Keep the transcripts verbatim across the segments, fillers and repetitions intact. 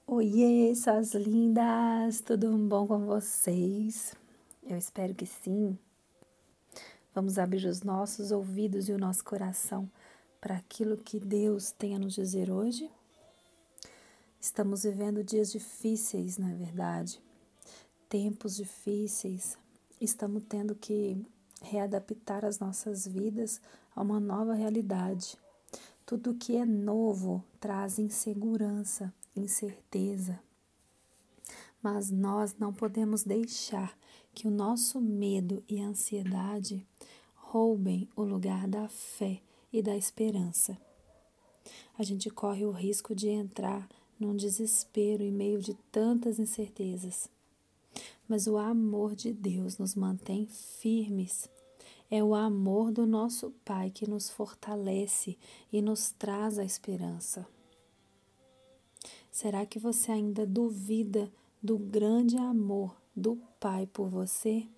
Oiê, suas lindas! Tudo bom com vocês? Eu espero que sim. Vamos abrir os nossos ouvidos e o nosso coração para aquilo que Deus tem a nos dizer hoje? Estamos vivendo dias difíceis, não é verdade? Tempos difíceis. Estamos tendo que readaptar as nossas vidas a uma nova realidade. Tudo que é novo traz insegurança, incerteza. Mas nós não podemos deixar que o nosso medo e ansiedade roubem o lugar da fé e da esperança. A gente corre o risco de entrar num desespero em meio de tantas incertezas. Mas o amor de Deus nos mantém firmes. É o amor do nosso Pai que nos fortalece e nos traz a esperança. Será que você ainda duvida do grande amor do Pai por você?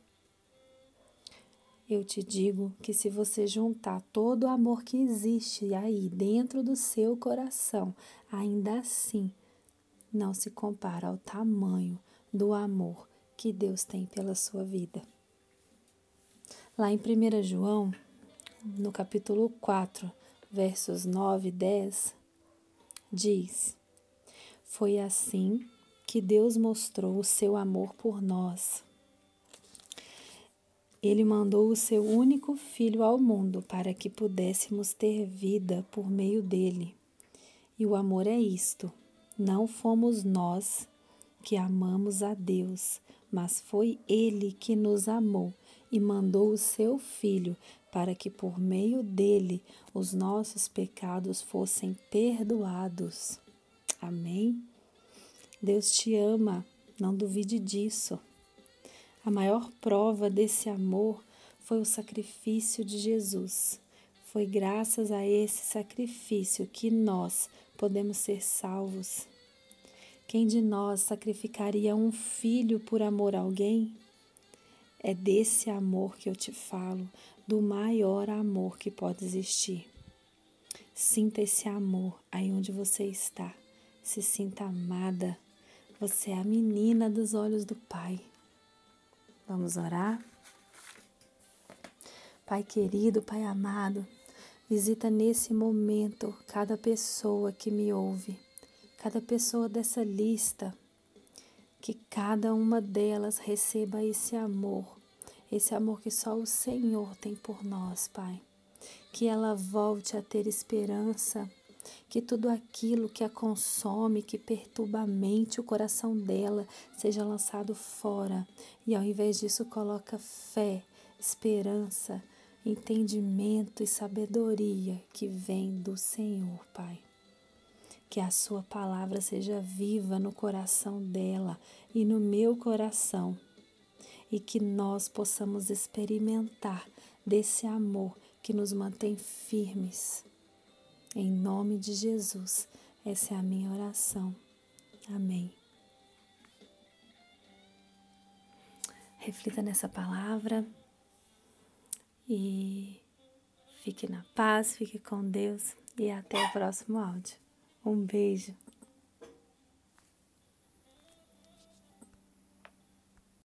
Eu te digo que se você juntar todo o amor que existe aí dentro do seu coração, ainda assim não se compara ao tamanho do amor que Deus tem pela sua vida. Lá em primeiro João, no capítulo quatro, versos nove e dez, diz: Foi assim que Deus mostrou o seu amor por nós. Ele mandou o seu único Filho ao mundo para que pudéssemos ter vida por meio dele. E o amor é isto: não fomos nós que amamos a Deus, mas foi Ele que nos amou e mandou o seu Filho para que por meio dele os nossos pecados fossem perdoados. Amém? Deus te ama, não duvide disso. A maior prova desse amor foi o sacrifício de Jesus. Foi graças a esse sacrifício que nós podemos ser salvos. Quem de nós sacrificaria um filho por amor a alguém? É desse amor que eu te falo, do maior amor que pode existir. Sinta esse amor aí onde você está. Se sinta amada. Você é a menina dos olhos do Pai. Vamos orar? Pai querido, Pai amado, visita nesse momento cada pessoa que me ouve, cada pessoa dessa lista, que cada uma delas receba esse amor, esse amor que só o Senhor tem por nós, Pai. Que ela volte a ter esperança, que tudo aquilo que a consome, que perturba a mente, o coração dela, seja lançado fora. E ao invés disso, coloca fé, esperança, entendimento e sabedoria que vem do Senhor, Pai. Que a sua palavra seja viva no coração dela e no meu coração. E que nós possamos experimentar desse amor que nos mantém firmes. Em nome de Jesus, essa é a minha oração. Amém. Reflita nessa palavra e fique na paz, fique com Deus e até o próximo áudio. Um beijo.